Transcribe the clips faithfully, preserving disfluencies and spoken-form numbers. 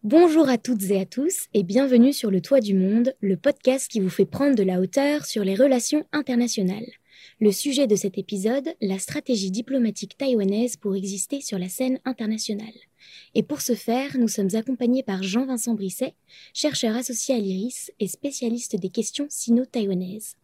Bonjour à toutes et à tous et bienvenue sur Le Toit du Monde, le podcast qui vous fait prendre de la hauteur sur les relations internationales. Le sujet de cet épisode, la stratégie diplomatique taïwanaise pour exister sur la scène internationale. Et pour ce faire, nous sommes accompagnés par Jean-Vincent Brisset, chercheur associé à l'I R I S et spécialiste des questions sino-taïwanaises.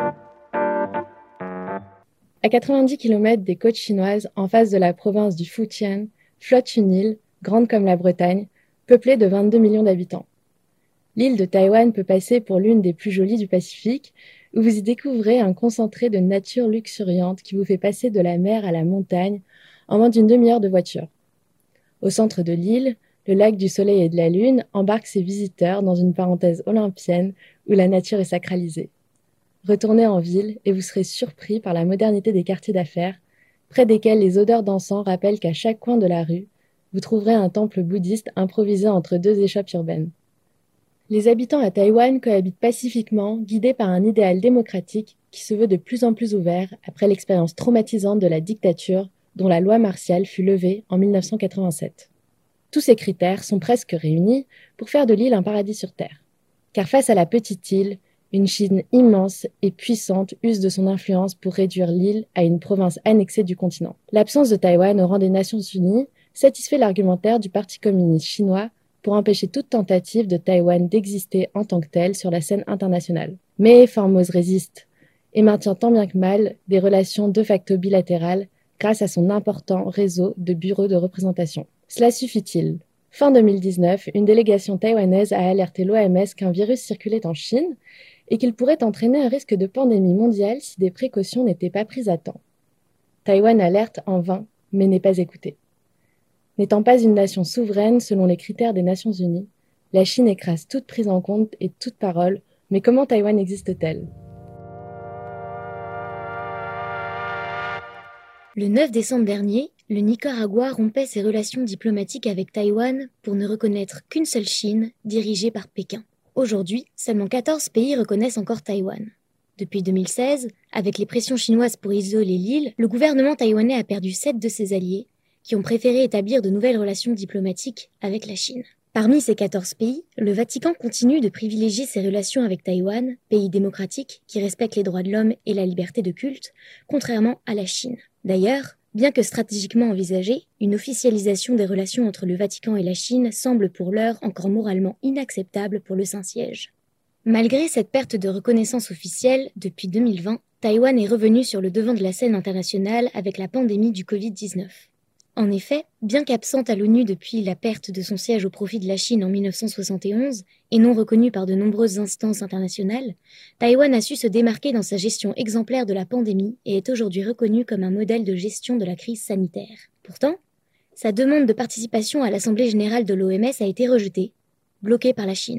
À quatre-vingt-dix kilomètres des côtes chinoises, en face de la province du Fujian, flotte une île, grande comme la Bretagne, peuplée de vingt-deux millions d'habitants. L'île de Taïwan peut passer pour l'une des plus jolies du Pacifique, où vous y découvrez un concentré de nature luxuriante qui vous fait passer de la mer à la montagne en moins d'une demi-heure de voiture. Au centre de l'île, le lac du Soleil et de la Lune embarque ses visiteurs dans une parenthèse olympienne où la nature est sacralisée. Retournez en ville et vous serez surpris par la modernité des quartiers d'affaires, près desquels les odeurs d'encens rappellent qu'à chaque coin de la rue, vous trouverez un temple bouddhiste improvisé entre deux échoppes urbaines. Les habitants à Taïwan cohabitent pacifiquement, guidés par un idéal démocratique qui se veut de plus en plus ouvert après l'expérience traumatisante de la dictature dont la loi martiale fut levée en mille neuf cent quatre-vingt-sept. Tous ces critères sont presque réunis pour faire de l'île un paradis sur Terre. Car face à la petite île, une Chine immense et puissante use de son influence pour réduire l'île à une province annexée du continent. L'absence de Taïwan au rang des Nations Unies satisfait l'argumentaire du Parti communiste chinois pour empêcher toute tentative de Taïwan d'exister en tant que tel sur la scène internationale. Mais Formose résiste et maintient tant bien que mal des relations de facto bilatérales grâce à son important réseau de bureaux de représentation. Cela suffit-il ? Fin deux mille dix-neuf, une délégation taïwanaise a alerté l'O M S qu'un virus circulait en Chine et qu'il pourrait entraîner un risque de pandémie mondiale si des précautions n'étaient pas prises à temps. Taïwan alerte en vain, mais n'est pas écoutée. N'étant pas une nation souveraine selon les critères des Nations Unies, la Chine écrase toute prise en compte et toute parole, mais comment Taïwan existe-t-elle ? Le neuf décembre dernier, le Nicaragua rompait ses relations diplomatiques avec Taïwan pour ne reconnaître qu'une seule Chine, dirigée par Pékin. Aujourd'hui, seulement quatorze pays reconnaissent encore Taïwan. Depuis deux mille seize, avec les pressions chinoises pour isoler l'île, le gouvernement taïwanais a perdu sept de ses alliés, qui ont préféré établir de nouvelles relations diplomatiques avec la Chine. Parmi ces quatorze pays, le Vatican continue de privilégier ses relations avec Taïwan, pays démocratique qui respecte les droits de l'homme et la liberté de culte, contrairement à la Chine. D'ailleurs, bien que stratégiquement envisagée, une officialisation des relations entre le Vatican et la Chine semble pour l'heure encore moralement inacceptable pour le Saint-Siège. Malgré cette perte de reconnaissance officielle, depuis deux mille vingt, Taïwan est revenu sur le devant de la scène internationale avec la pandémie du covid dix-neuf. En effet, bien qu'absente à l'ONU depuis la perte de son siège au profit de la Chine en mille neuf cent soixante et onze et non reconnue par de nombreuses instances internationales, Taïwan a su se démarquer dans sa gestion exemplaire de la pandémie et est aujourd'hui reconnue comme un modèle de gestion de la crise sanitaire. Pourtant, sa demande de participation à l'Assemblée générale de l'O M S a été rejetée, bloquée par la Chine.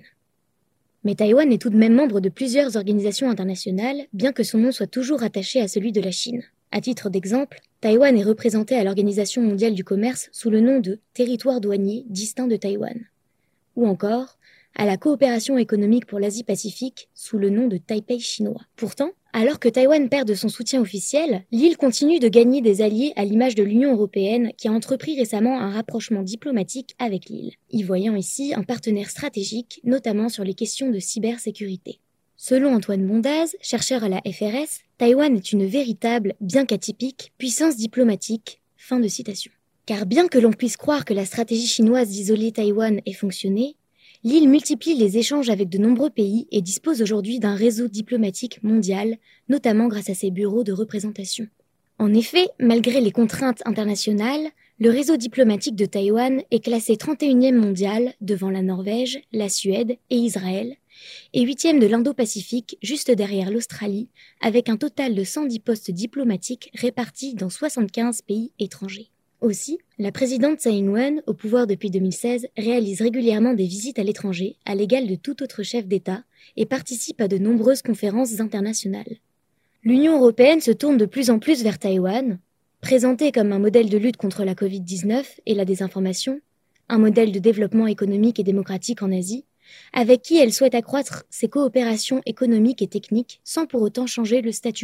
Mais Taïwan est tout de même membre de plusieurs organisations internationales, bien que son nom soit toujours attaché à celui de la Chine. À titre d'exemple, Taïwan est représenté à l'Organisation mondiale du commerce sous le nom de Territoire douanier distinct de Taïwan. Ou encore, à la coopération économique pour l'Asie-Pacifique sous le nom de Taipei chinois. Pourtant, alors que Taïwan perd de son soutien officiel, l'île continue de gagner des alliés à l'image de l'Union européenne qui a entrepris récemment un rapprochement diplomatique avec l'île, y voyant ici un partenaire stratégique, notamment sur les questions de cybersécurité. Selon Antoine Bondaz, chercheur à la F R S, Taïwan est une véritable, bien qu'atypique, puissance diplomatique. Fin de citation. Car bien que l'on puisse croire que la stratégie chinoise d'isoler Taïwan ait fonctionné, l'île multiplie les échanges avec de nombreux pays et dispose aujourd'hui d'un réseau diplomatique mondial, notamment grâce à ses bureaux de représentation. En effet, malgré les contraintes internationales, le réseau diplomatique de Taïwan est classé trente et unième mondial devant la Norvège, la Suède et Israël, et huitième de l'Indo-Pacifique, juste derrière l'Australie, avec un total de cent dix postes diplomatiques répartis dans soixante-quinze pays étrangers. Aussi, la présidente Tsai Ing-wen, au pouvoir depuis deux mille seize, réalise régulièrement des visites à l'étranger, à l'égal de tout autre chef d'État, et participe à de nombreuses conférences internationales. L'Union européenne se tourne de plus en plus vers Taïwan, présentée comme un modèle de lutte contre la covid dix-neuf et la désinformation, un modèle de développement économique et démocratique en Asie, avec qui elle souhaite accroître ses coopérations économiques et techniques sans pour autant changer le statu quo.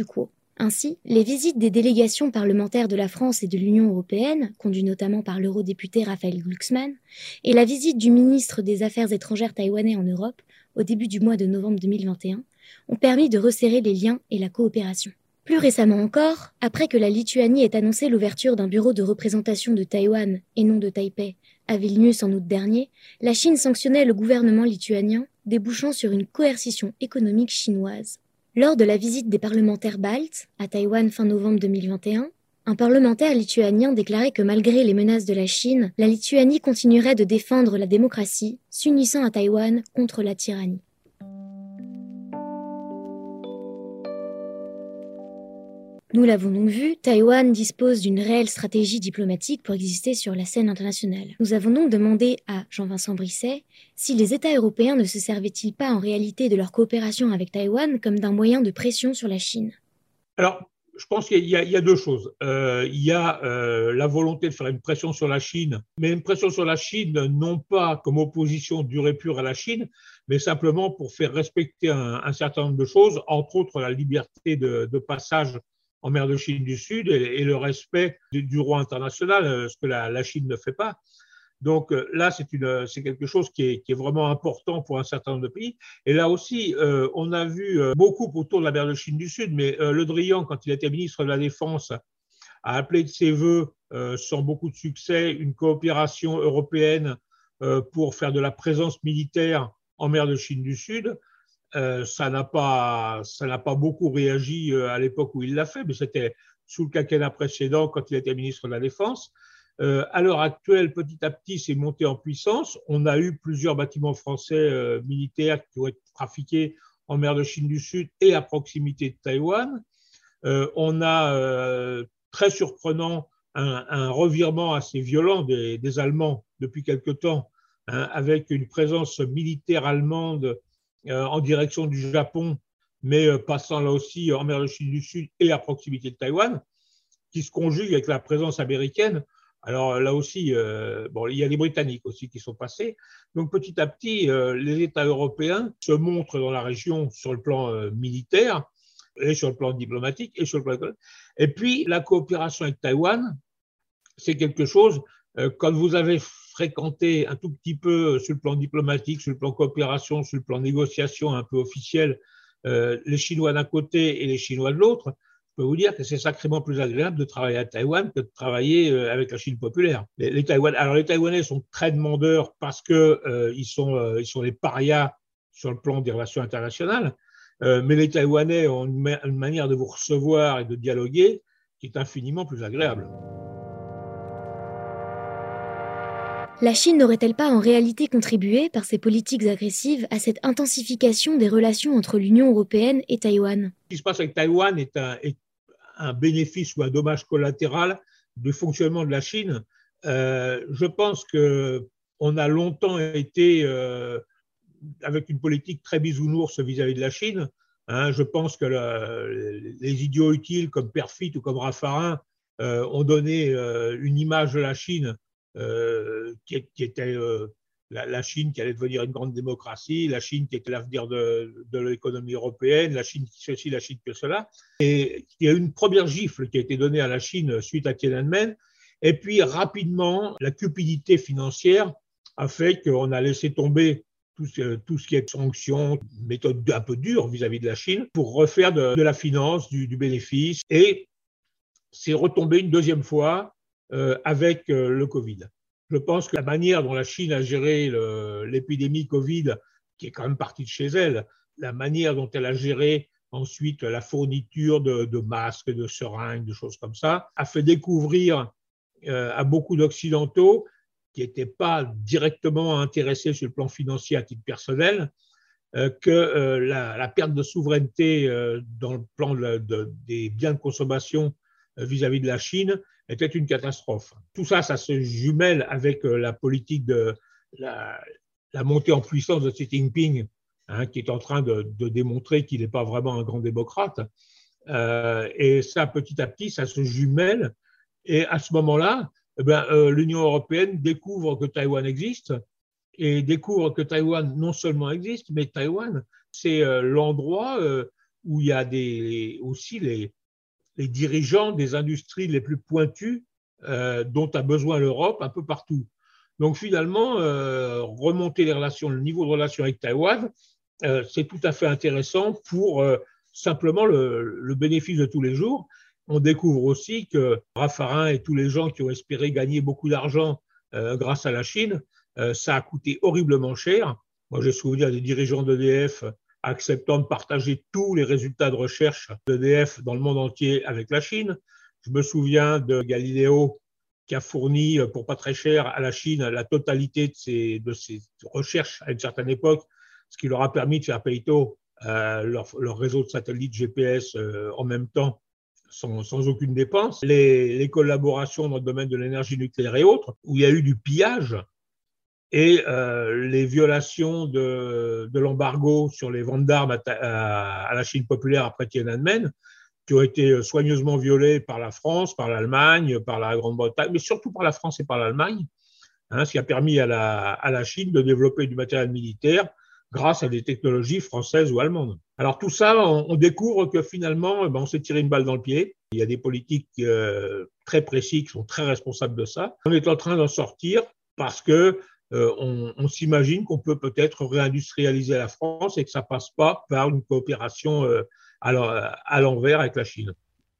Ainsi, les visites des délégations parlementaires de la France et de l'Union européenne, conduites notamment par l'eurodéputé Raphaël Glucksmann, et la visite du ministre des Affaires étrangères taïwanais en Europe, au début du mois de novembre deux mille vingt et un, ont permis de resserrer les liens et la coopération. Plus récemment encore, après que la Lituanie ait annoncé l'ouverture d'un bureau de représentation de Taïwan, et non de Taipei, à Vilnius en août dernier, la Chine sanctionnait le gouvernement lituanien, débouchant sur une coercition économique chinoise. Lors de la visite des parlementaires baltes, à Taïwan fin novembre deux mille vingt et un, un parlementaire lituanien déclarait que malgré les menaces de la Chine, la Lituanie continuerait de défendre la démocratie, s'unissant à Taïwan contre la tyrannie. Nous l'avons donc vu, Taïwan dispose d'une réelle stratégie diplomatique pour exister sur la scène internationale. Nous avons donc demandé à Jean-Vincent Brisset si les États européens ne se servaient-ils pas en réalité de leur coopération avec Taïwan comme d'un moyen de pression sur la Chine. Alors, je pense qu'il y a, il y a deux choses. Euh, il y a euh, la volonté de faire une pression sur la Chine, mais une pression sur la Chine non pas comme opposition dure et pure à la Chine, mais simplement pour faire respecter un, un certain nombre de choses, entre autres la liberté de, de passage en mer de Chine du Sud et, et le respect du, du droit international, ce que la, la Chine ne fait pas. Donc là, c'est, une, c'est quelque chose qui est, qui est vraiment important pour un certain nombre de pays. Et là aussi, euh, on a vu beaucoup autour de la mer de Chine du Sud, mais euh, Le Drian, quand il était ministre de la Défense, a appelé de ses voeux, euh, sans beaucoup de succès, une coopération européenne euh, pour faire de la présence militaire en mer de Chine du Sud. Euh, ça n'a pas, ça n'a pas beaucoup réagi euh, à l'époque où il l'a fait, mais c'était sous le quinquennat précédent quand il était ministre de la Défense. Euh, à l'heure actuelle, petit à petit, c'est monté en puissance. On a eu plusieurs bâtiments français euh, militaires qui ont été trafiqués en mer de Chine du Sud et à proximité de Taïwan. Euh, on a, euh, très surprenant, un, un revirement assez violent des, des Allemands depuis quelque temps, hein, avec une présence militaire allemande Euh, en direction du Japon, mais euh, passant là aussi en mer de Chine du Sud et à proximité de Taïwan, qui se conjugue avec la présence américaine. Alors là aussi, euh, bon, il y a les Britanniques aussi qui sont passés. Donc petit à petit, euh, les États européens se montrent dans la région sur le plan euh, militaire et sur le plan diplomatique et sur le plan économique. Et puis la coopération avec Taïwan, c'est quelque chose, euh, quand vous avez fréquenté un tout petit peu sur le plan diplomatique, sur le plan coopération, sur le plan négociation un peu officiel, euh, les Chinois d'un côté et les Chinois de l'autre, je peux vous dire que c'est sacrément plus agréable de travailler à Taïwan que de travailler euh, avec la Chine populaire. Les, les Taïwan, alors les Taïwanais sont très demandeurs parce que euh, ils sont euh, ils sont des parias sur le plan des relations internationales, euh, mais les Taïwanais ont une, ma- une manière de vous recevoir et de dialoguer qui est infiniment plus agréable. La Chine n'aurait-elle pas en réalité contribué, par ses politiques agressives, à cette intensification des relations entre l'Union européenne et Taïwan ? Ce qui se passe avec Taïwan est un, est un bénéfice ou un dommage collatéral du fonctionnement de la Chine. Euh, je pense qu'on a longtemps été euh, avec une politique très bisounours vis-à-vis de la Chine. Hein, je pense que la, les idiots utiles comme Perfit ou comme Raffarin euh, ont donné euh, une image de la Chine euh, qui, qui était euh, la, la Chine qui allait devenir une grande démocratie, la Chine qui était l'avenir de, de l'économie européenne, la Chine qui ceci, la Chine que cela. Et il y a eu une première gifle qui a été donnée à la Chine suite à Tiananmen. Et puis rapidement, la cupidité financière a fait qu'on a laissé tomber tout ce, tout ce qui est sanctions, méthode un peu dure vis-à-vis de la Chine, pour refaire de, de la finance, du, du bénéfice. Et c'est retombé une deuxième fois euh, avec euh, le Covid. Je pense que la manière dont la Chine a géré le, l'épidémie Covid, qui est quand même partie de chez elle, la manière dont elle a géré ensuite la fourniture de, de masques, de seringues, de choses comme ça, a fait découvrir euh, à beaucoup d'Occidentaux qui n'étaient pas directement intéressés sur le plan financier à titre personnel, euh, que euh, la, la perte de souveraineté euh, dans le plan de, de, des biens de consommation euh, vis-à-vis de la Chine était une catastrophe. Tout ça, ça se jumelle avec euh, la politique de la, la montée en puissance de Xi Jinping, hein, qui est en train de, de démontrer qu'il n'est pas vraiment un grand démocrate. Euh, et ça, petit à petit, ça se jumelle. Et à ce moment-là, eh ben, euh, l'Union européenne découvre que Taïwan existe et découvre que Taïwan non seulement existe, mais Taïwan, c'est euh, l'endroit euh, où il y a des, aussi les, les dirigeants des industries les plus pointues euh, dont a besoin l'Europe un peu partout. Donc finalement, euh, remonter les relations, le niveau de relation avec Taïwan, euh, c'est tout à fait intéressant pour euh, simplement le, le bénéfice de tous les jours. On découvre aussi que Raffarin et tous les gens qui ont espéré gagner beaucoup d'argent euh, grâce à la Chine, euh, ça a coûté horriblement cher. Moi, j'ai souvenir des dirigeants d'E D F acceptant de partager tous les résultats de recherche d'E D F dans le monde entier avec la Chine. Je me souviens de Galileo qui a fourni pour pas très cher à la Chine la totalité de ses, de ses recherches à une certaine époque, ce qui leur a permis de faire payto euh, leur, leur réseau de satellites G P S euh, en même temps, sans, sans aucune dépense. Les, les collaborations dans le domaine de l'énergie nucléaire et autres, où il y a eu du pillage, et euh, les violations de, de l'embargo sur les ventes d'armes à, à, à la Chine populaire après Tiananmen, qui ont été soigneusement violées par la France, par l'Allemagne, par la Grande-Bretagne, mais surtout par la France et par l'Allemagne, hein, ce qui a permis à la, à la Chine de développer du matériel militaire grâce à des technologies françaises ou allemandes. Alors tout ça, on, on découvre que finalement, ben, on s'est tiré une balle dans le pied. Il y a des politiques euh, très précis qui sont très responsables de ça. On est en train d'en sortir parce que Euh, on, on s'imagine qu'on peut peut-être réindustrialiser la France et que ça ne passe pas par une coopération euh, à l'envers avec la Chine.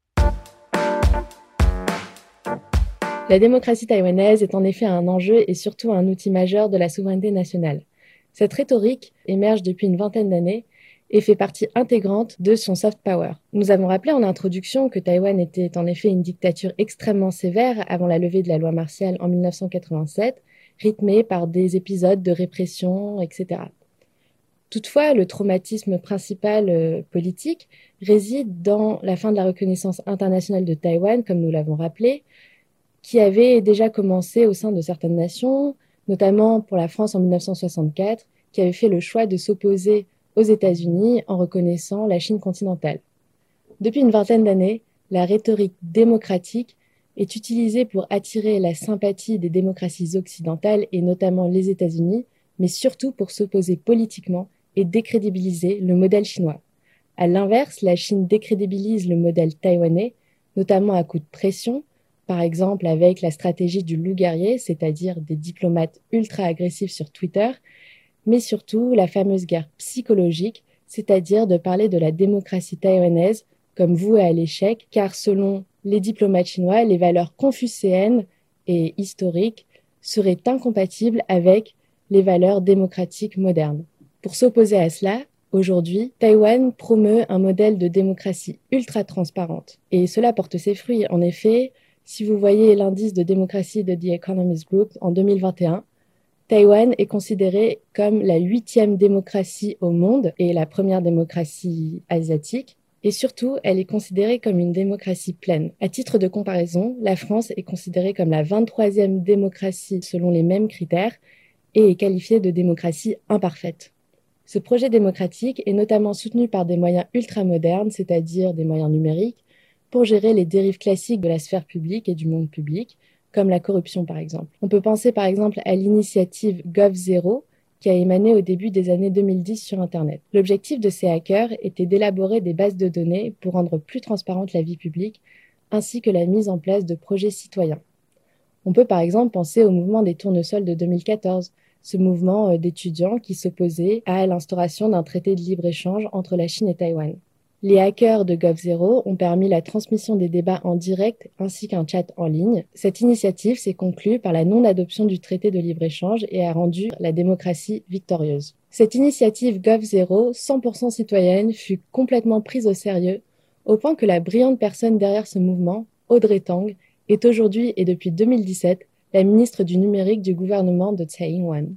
La démocratie taïwanaise est en effet un enjeu et surtout un outil majeur de la souveraineté nationale. Cette rhétorique émerge depuis une vingtaine d'années et fait partie intégrante de son soft power. Nous avons rappelé en introduction que Taïwan était en effet une dictature extrêmement sévère avant la levée de la loi martiale en mille neuf cent quatre-vingt-sept, rythmée par des épisodes de répression, et cetera. Toutefois, le traumatisme principal euh, politique réside dans la fin de la reconnaissance internationale de Taïwan, comme nous l'avons rappelé, qui avait déjà commencé au sein de certaines nations, notamment pour la France en mille neuf cent soixante-quatre, qui avait fait le choix de s'opposer aux États-Unis en reconnaissant la Chine continentale. Depuis une vingtaine d'années, la rhétorique démocratique est utilisée pour attirer la sympathie des démocraties occidentales et notamment les États-Unis, mais surtout pour s'opposer politiquement et décrédibiliser le modèle chinois. À l'inverse, la Chine décrédibilise le modèle taïwanais, notamment à coup de pression, par exemple avec la stratégie du loup guerrier, c'est-à-dire des diplomates ultra-agressifs sur Twitter, mais surtout la fameuse guerre psychologique, c'est-à-dire de parler de la démocratie taïwanaise comme vouée à l'échec, car selon les diplomates chinois, les valeurs confucéennes et historiques seraient incompatibles avec les valeurs démocratiques modernes. Pour s'opposer à cela, aujourd'hui, Taïwan promeut un modèle de démocratie ultra-transparente. Et cela porte ses fruits. En effet, si vous voyez l'indice de démocratie de The Economist Group en deux mille vingt et un, Taïwan est considérée comme la huitième démocratie au monde et la première démocratie asiatique. Et surtout, elle est considérée comme une démocratie pleine. À titre de comparaison, la France est considérée comme la vingt-troisième démocratie selon les mêmes critères et est qualifiée de démocratie imparfaite. Ce projet démocratique est notamment soutenu par des moyens ultramodernes, c'est-à-dire des moyens numériques, pour gérer les dérives classiques de la sphère publique et du monde public, comme la corruption par exemple. On peut penser par exemple à l'initiative Gov zéro, qui a émané au début des années deux mille dix sur Internet. L'objectif de ces hackers était d'élaborer des bases de données pour rendre plus transparente la vie publique, ainsi que la mise en place de projets citoyens. On peut par exemple penser au mouvement des tournesols de deux mille quatorze, ce mouvement d'étudiants qui s'opposait à l'instauration d'un traité de libre-échange entre la Chine et Taïwan. Les hackers de Gov zéro ont permis la transmission des débats en direct ainsi qu'un chat en ligne. Cette initiative s'est conclue par la non-adoption du traité de libre-échange et a rendu la démocratie victorieuse. Cette initiative Gov zéro, cent pour cent citoyenne, fut complètement prise au sérieux, au point que la brillante personne derrière ce mouvement, Audrey Tang, est aujourd'hui et depuis deux mille dix-sept la ministre du numérique du gouvernement de Tsai Ing-wen.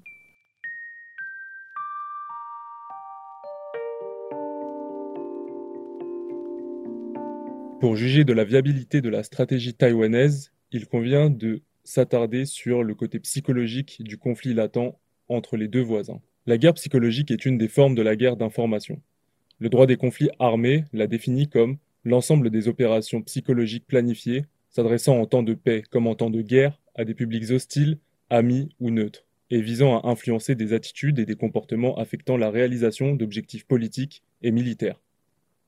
Pour juger de la viabilité de la stratégie taïwanaise, il convient de s'attarder sur le côté psychologique du conflit latent entre les deux voisins. La guerre psychologique est une des formes de la guerre d'information. Le droit des conflits armés la définit comme l'ensemble des opérations psychologiques planifiées, s'adressant en temps de paix comme en temps de guerre à des publics hostiles, amis ou neutres, et visant à influencer des attitudes et des comportements affectant la réalisation d'objectifs politiques et militaires.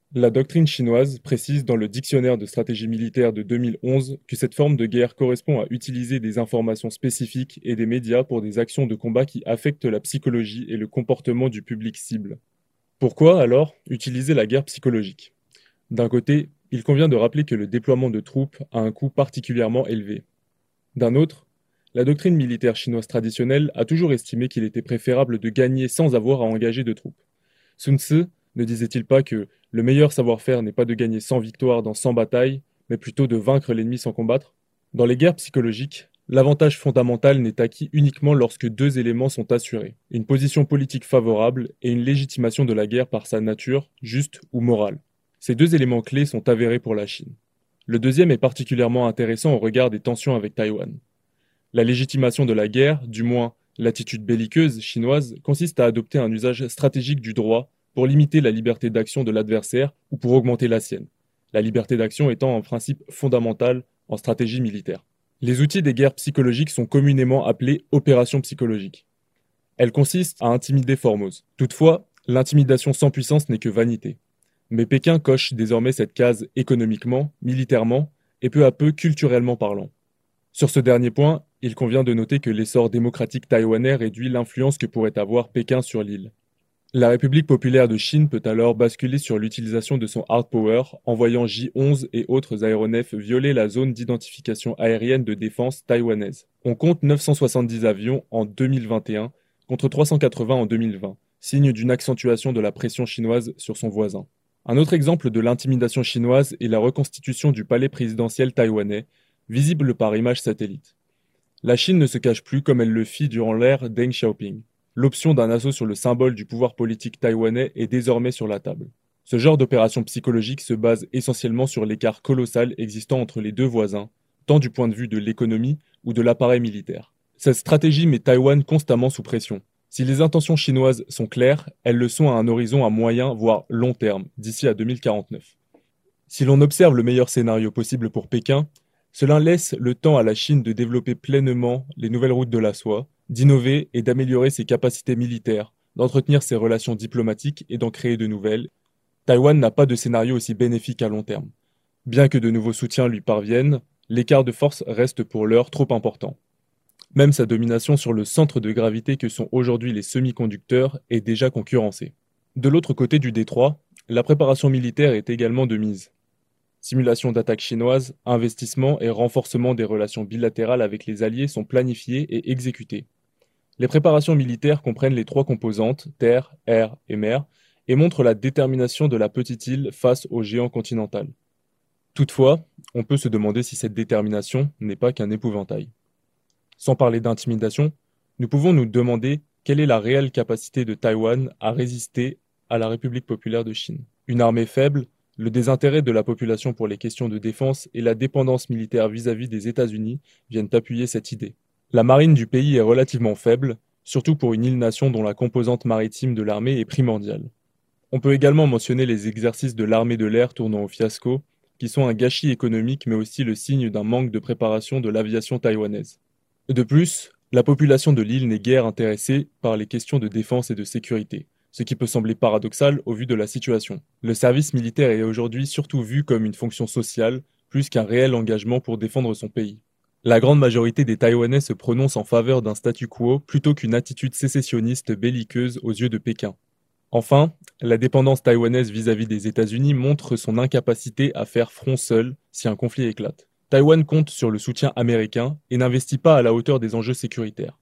La doctrine chinoise précise dans le Dictionnaire de stratégie militaire de deux mille onze que cette forme de guerre correspond à utiliser des informations spécifiques et des médias pour des actions de combat qui affectent la psychologie et le comportement du public cible. Pourquoi alors utiliser la guerre psychologique ? D'un côté, il convient de rappeler que le déploiement de troupes a un coût particulièrement élevé. D'un autre, la doctrine militaire chinoise traditionnelle a toujours estimé qu'il était préférable de gagner sans avoir à engager de troupes. Sun Tzu ne disait-il pas que le meilleur savoir-faire n'est pas de gagner cent victoires dans cent batailles, mais plutôt de vaincre l'ennemi sans combattre ? Dans les guerres psychologiques, l'avantage fondamental n'est acquis uniquement lorsque deux éléments sont assurés, une position politique favorable et une légitimation de la guerre par sa nature, juste ou morale. Ces deux éléments clés sont avérés pour la Chine. Le deuxième est particulièrement intéressant au regard des tensions avec Taïwan. La légitimation de la guerre, du moins l'attitude belliqueuse chinoise, consiste à adopter un usage stratégique du droit pour limiter la liberté d'action de l'adversaire ou pour augmenter la sienne, la liberté d'action étant un principe fondamental en stratégie militaire. Les outils des guerres psychologiques sont communément appelés opérations psychologiques. Elles consistent à intimider Formose. Toutefois, l'intimidation sans puissance n'est que vanité. Mais Pékin coche désormais cette case économiquement, militairement et peu à peu culturellement parlant. Sur ce dernier point, il convient de noter que l'essor démocratique taïwanais réduit l'influence que pourrait avoir Pékin sur l'île. La République populaire de Chine peut alors basculer sur l'utilisation de son hard power, envoyant J onze et autres aéronefs violer la zone d'identification aérienne de défense taïwanaise. On compte neuf cent soixante-dix avions en deux mille vingt et un contre trois cent quatre-vingts en deux mille vingt, signe d'une accentuation de la pression chinoise sur son voisin. Un autre exemple de l'intimidation chinoise est la reconstitution du palais présidentiel taïwanais, visible par image satellite. La Chine ne se cache plus comme elle le fit durant l'ère Deng Xiaoping. L'option d'un assaut sur le symbole du pouvoir politique taïwanais est désormais sur la table. Ce genre d'opération psychologique se base essentiellement sur l'écart colossal existant entre les deux voisins, tant du point de vue de l'économie ou de l'appareil militaire. Cette stratégie met Taïwan constamment sous pression. Si les intentions chinoises sont claires, elles le sont à un horizon à moyen voire long terme, d'ici à deux mille quarante-neuf. Si l'on observe le meilleur scénario possible pour Pékin, cela laisse le temps à la Chine de développer pleinement les nouvelles routes de la soie, d'innover et d'améliorer ses capacités militaires, d'entretenir ses relations diplomatiques et d'en créer de nouvelles. Taïwan n'a pas de scénario aussi bénéfique à long terme. Bien que de nouveaux soutiens lui parviennent, l'écart de force reste pour l'heure trop important. Même sa domination sur le centre de gravité que sont aujourd'hui les semi-conducteurs est déjà concurrencée. De l'autre côté du détroit, la préparation militaire est également de mise. Simulation d'attaque chinoise, investissement et renforcement des relations bilatérales avec les alliés sont planifiés et exécutés. Les préparations militaires comprennent les trois composantes, terre, air et mer, et montrent la détermination de la petite île face au géant continental. Toutefois, on peut se demander si cette détermination n'est pas qu'un épouvantail. Sans parler d'intimidation, nous pouvons nous demander quelle est la réelle capacité de Taïwan à résister à la République populaire de Chine. Une armée faible, le désintérêt de la population pour les questions de défense et la dépendance militaire vis-à-vis des États-Unis viennent appuyer cette idée. La marine du pays est relativement faible, surtout pour une île-nation dont la composante maritime de l'armée est primordiale. On peut également mentionner les exercices de l'armée de l'air tournant au fiasco, qui sont un gâchis économique mais aussi le signe d'un manque de préparation de l'aviation taïwanaise. De plus, la population de l'île n'est guère intéressée par les questions de défense et de sécurité, ce qui peut sembler paradoxal au vu de la situation. Le service militaire est aujourd'hui surtout vu comme une fonction sociale, plus qu'un réel engagement pour défendre son pays. La grande majorité des Taïwanais se prononcent en faveur d'un statu quo plutôt qu'une attitude sécessionniste belliqueuse aux yeux de Pékin. Enfin, la dépendance taïwanaise vis-à-vis des États-Unis montre son incapacité à faire front seul si un conflit éclate. Taïwan compte sur le soutien américain et n'investit pas à la hauteur des enjeux sécuritaires.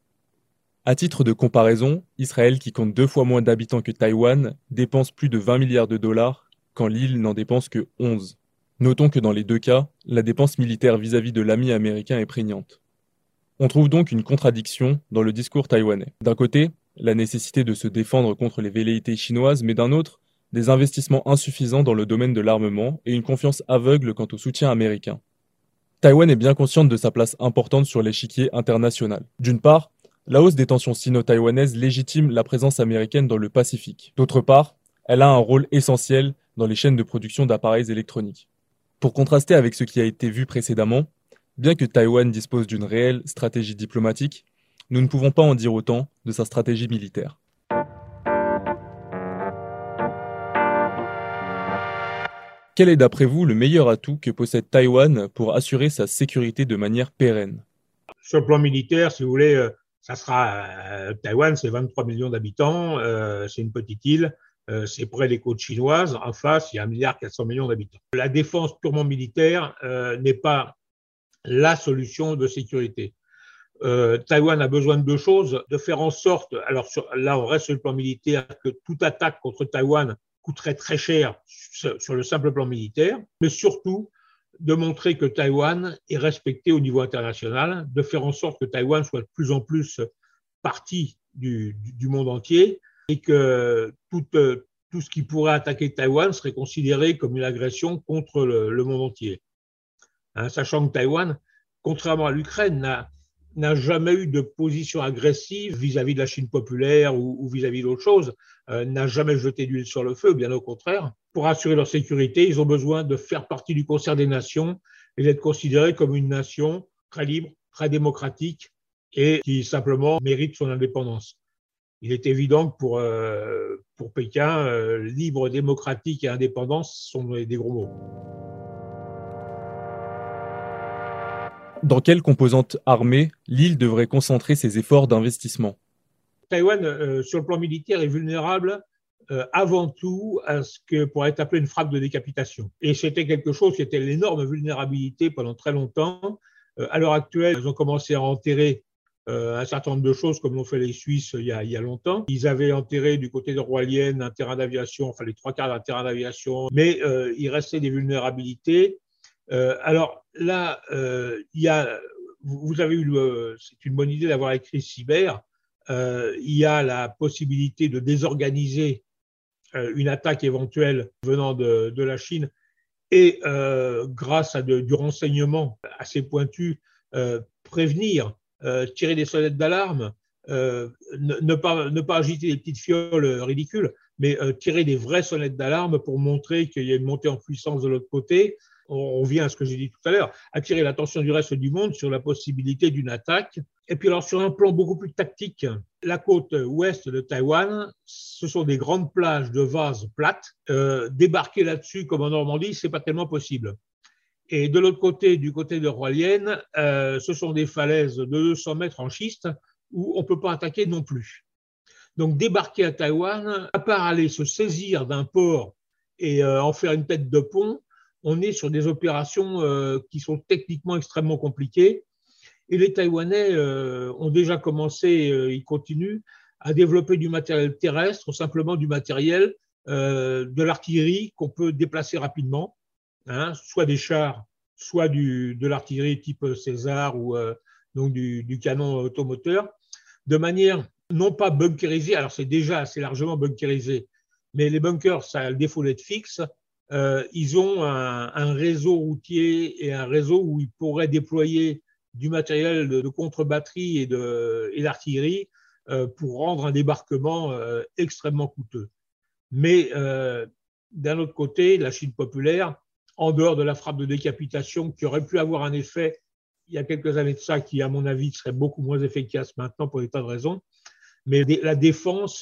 À titre de comparaison, Israël, qui compte deux fois moins d'habitants que Taïwan, dépense plus de vingt milliards de dollars, quand l'île n'en dépense que onze. Notons que dans les deux cas, la dépense militaire vis-à-vis de l'ami américain est prégnante. On trouve donc une contradiction dans le discours taïwanais. D'un côté, la nécessité de se défendre contre les velléités chinoises, mais d'un autre, des investissements insuffisants dans le domaine de l'armement et une confiance aveugle quant au soutien américain. Taïwan est bien consciente de sa place importante sur l'échiquier international. D'une part, la hausse des tensions sino-taïwanaises légitime la présence américaine dans le Pacifique. D'autre part, elle a un rôle essentiel dans les chaînes de production d'appareils électroniques. Pour contraster avec ce qui a été vu précédemment, bien que Taïwan dispose d'une réelle stratégie diplomatique, nous ne pouvons pas en dire autant de sa stratégie militaire. Quel est d'après vous le meilleur atout que possède Taïwan pour assurer sa sécurité de manière pérenne? Sur le plan militaire, si vous voulez, euh, ça sera euh, Taïwan, c'est vingt-trois millions d'habitants, euh, c'est une petite île, euh, c'est près des côtes chinoises. En face, il y a un milliard quatre cents millions d'habitants. La défense purement militaire euh, n'est pas la solution de sécurité. Euh, Taïwan a besoin de deux choses, de faire en sorte, alors sur, là on reste sur le plan militaire, que toute attaque contre Taïwan coûterait très cher sur, sur le simple plan militaire, mais surtout de montrer que Taïwan est respecté au niveau international, de faire en sorte que Taïwan soit de plus en plus partie du, du, du monde entier et que tout, tout ce qui pourrait attaquer Taïwan serait considéré comme une agression contre le, le monde entier. Hein, sachant que Taïwan, contrairement à l'Ukraine, n'a n'a jamais eu de position agressive vis-à-vis de la Chine populaire ou, ou vis-à-vis d'autre chose, euh, n'a jamais jeté d'huile sur le feu, bien au contraire. Pour assurer leur sécurité, ils ont besoin de faire partie du concert des nations et d'être considérés comme une nation très libre, très démocratique et qui simplement mérite son indépendance. Il est évident que pour, euh, pour Pékin, euh, libre, démocratique et indépendance sont des gros mots. Dans quelle composante armée l'île devrait concentrer ses efforts d'investissement? Taïwan, euh, sur le plan militaire, est vulnérable euh, avant tout à ce que pourrait être appelé une frappe de décapitation. Et c'était quelque chose qui était l'énorme vulnérabilité pendant très longtemps. Euh, à l'heure actuelle, ils ont commencé à enterrer euh, un certain nombre de choses, comme l'ont fait les Suisses il y a, il y a longtemps. Ils avaient enterré du côté de Roilienne un terrain d'aviation, enfin les trois quarts d'un terrain d'aviation, mais euh, il restait des vulnérabilités. Euh, alors là, euh, il y a, vous avez eu, le, c'est une bonne idée d'avoir écrit cyber. Euh, il y a la possibilité de désorganiser euh, une attaque éventuelle venant de, de la Chine et euh, grâce à de, du renseignement assez pointu, euh, prévenir, euh, tirer des sonnettes d'alarme, euh, ne, ne, pas, ne pas agiter des petites fioles ridicules, mais euh, tirer des vraies sonnettes d'alarme pour montrer qu'il y a une montée en puissance de l'autre côté. On vient à ce que j'ai dit tout à l'heure, attirer l'attention du reste du monde sur la possibilité d'une attaque. Et puis alors sur un plan beaucoup plus tactique, la côte ouest de Taïwan, ce sont des grandes plages de vases plates. Euh, débarquer là-dessus comme en Normandie, c'est pas tellement possible. Et de l'autre côté, du côté de Roilienne, euh, ce sont des falaises de deux cents mètres en schiste où on peut pas attaquer non plus. Donc débarquer à Taïwan, à part aller se saisir d'un port et euh, en faire une tête de pont, on est sur des opérations euh, qui sont techniquement extrêmement compliquées. Et les Taïwanais euh, ont déjà commencé, euh, ils continuent, à développer du matériel terrestre, simplement du matériel, euh, de l'artillerie qu'on peut déplacer rapidement, hein, soit des chars, soit du, de l'artillerie type César ou euh, donc du, du canon automoteur, de manière non pas bunkérisée, alors c'est déjà assez largement bunkérisé, mais les bunkers, ça a le défaut d'être fixe. Euh, ils ont un, un réseau routier et un réseau où ils pourraient déployer du matériel de, de contre-batterie et, de, et d'artillerie euh, pour rendre un débarquement euh, extrêmement coûteux. Mais euh, d'un autre côté, la Chine populaire, en dehors de la frappe de décapitation qui aurait pu avoir un effet il y a quelques années de ça, qui à mon avis serait beaucoup moins efficace maintenant pour des tas de raisons, mais la défense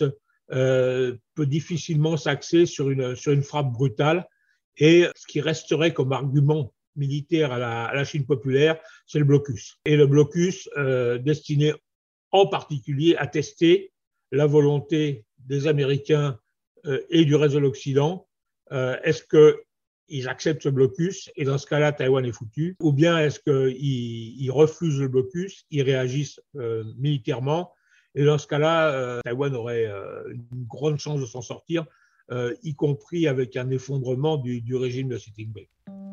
euh, peut difficilement s'axer sur une, sur une frappe brutale. Et ce qui resterait comme argument militaire à la, à la Chine populaire, c'est le blocus. Et le blocus euh, destiné en particulier à tester la volonté des Américains euh, et du reste de l'Occident. Euh, est-ce qu'ils acceptent ce blocus et dans ce cas-là, Taïwan est foutu, ou bien est-ce qu'ils ils refusent le blocus, ils réagissent euh, militairement et dans ce cas-là, euh, Taïwan aurait euh, une grande chance de s'en sortir. Euh, y compris avec un effondrement du, du régime de Xi Jinping.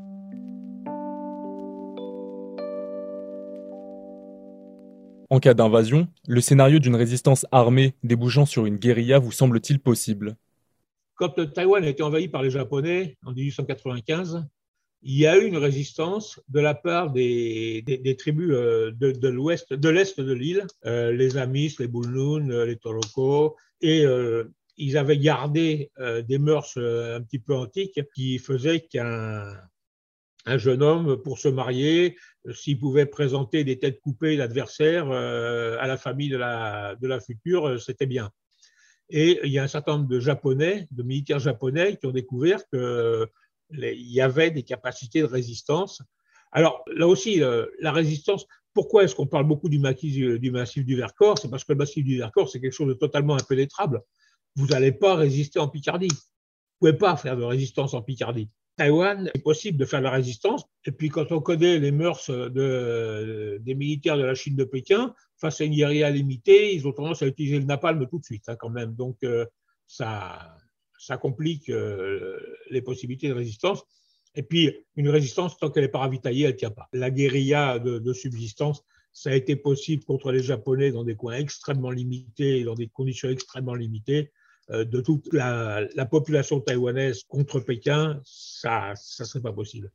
En cas d'invasion, le scénario d'une résistance armée débouchant sur une guérilla vous semble-t-il possible? Quand Taïwan a été envahi par les Japonais en dix-huit cent quatre-vingt-quinze, il y a eu une résistance de la part des, des, des tribus de, de l'ouest, de l'est de l'île, euh, les Amis, les Bulnun, les Toroko, et euh, ils avaient gardé euh, des mœurs euh, un petit peu antiques qui faisaient qu'un un jeune homme, pour se marier, euh, s'il pouvait présenter des têtes coupées d'adversaires euh, à la famille de la, de la future, euh, c'était bien. Et il y a un certain nombre de Japonais, de militaires japonais, qui ont découvert que les, il y avait des capacités de résistance. Alors là aussi, euh, la résistance, pourquoi est-ce qu'on parle beaucoup du massif du, du, massif du Vercors? C'est parce que le massif du Vercors, c'est quelque chose de totalement impénétrable. Vous n'allez pas résister en Picardie. Vous ne pouvez pas faire de résistance en Picardie. Taïwan, c'est possible de faire de la résistance. Et puis, quand on connaît les mœurs de, des militaires de la Chine de Pékin, face à une guérilla limitée, ils ont tendance à utiliser le napalm tout de suite, hein, quand même. Donc, euh, ça, ça complique euh, les possibilités de résistance. Et puis, une résistance, tant qu'elle n'est pas ravitaillée, elle ne tient pas. La guérilla de, de subsistance, ça a été possible contre les Japonais dans des coins extrêmement limités, dans des conditions extrêmement limitées. De toute la, la population taïwanaise contre Pékin, ça ne serait pas possible.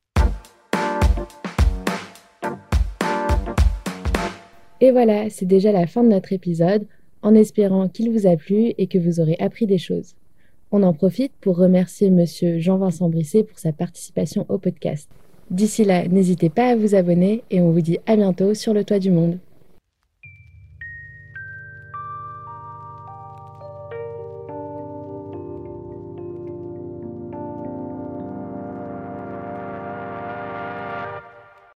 Et voilà, c'est déjà la fin de notre épisode, en espérant qu'il vous a plu et que vous aurez appris des choses. On en profite pour remercier monsieur Jean-Vincent Brisset pour sa participation au podcast. D'ici là, n'hésitez pas à vous abonner et on vous dit à bientôt sur le toit du monde.